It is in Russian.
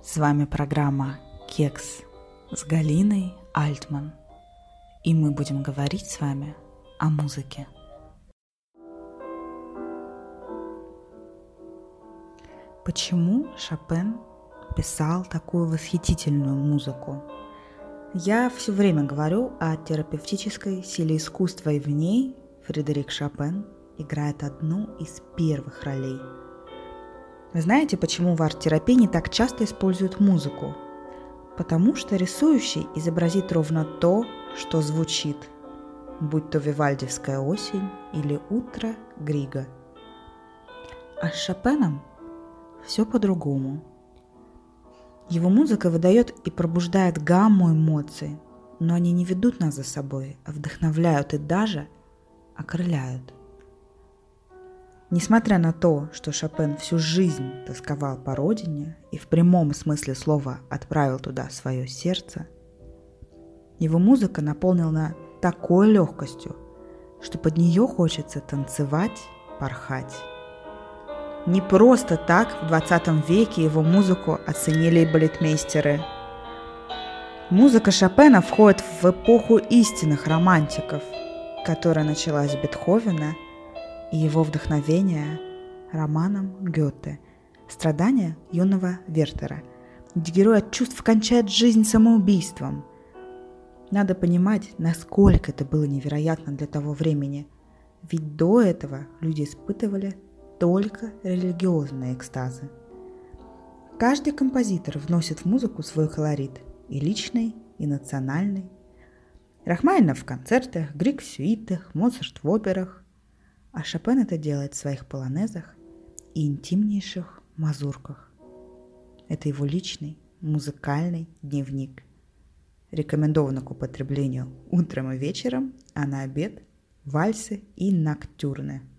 С вами программа «Кекс» с Галиной Альтман. И мы будем говорить с вами о музыке. Почему Шопен писал такую восхитительную музыку? Я все время говорю о терапевтической силе искусства, и в ней Фредерик Шопен играет одну из первых ролей. Вы знаете, почему в арт-терапии не так часто используют музыку? Потому что рисующий изобразит ровно то, что звучит, будь то вивальдивская осень или утро Грига. А с Шопеном все по-другому. Его музыка выдает и пробуждает гамму эмоций, но они не ведут нас за собой, а вдохновляют и даже окрыляют. Несмотря на то, что Шопен всю жизнь тосковал по родине и в прямом смысле слова отправил туда свое сердце, его музыка наполнена такой легкостью, что под нее хочется танцевать, порхать. Не просто так в 20 веке его музыку оценили и балетмейстеры. Музыка Шопена входит в эпоху истинных романтиков, которая началась с Бетховена и его вдохновения романом Гёте «Страдания юного Вертера», где герой от чувств кончает жизнь самоубийством. Надо понимать, насколько это было невероятно для того времени, ведь до этого люди испытывали только религиозные экстазы. Каждый композитор вносит в музыку свой колорит, и личный, и национальный. Рахманинов в концертах, Григ в сюитах, Моцарт в операх, а Шопен это делает в своих полонезах и интимнейших мазурках. Это его личный музыкальный дневник. Рекомендовано к употреблению утром и вечером, а на обед – вальсы и ноктюрны.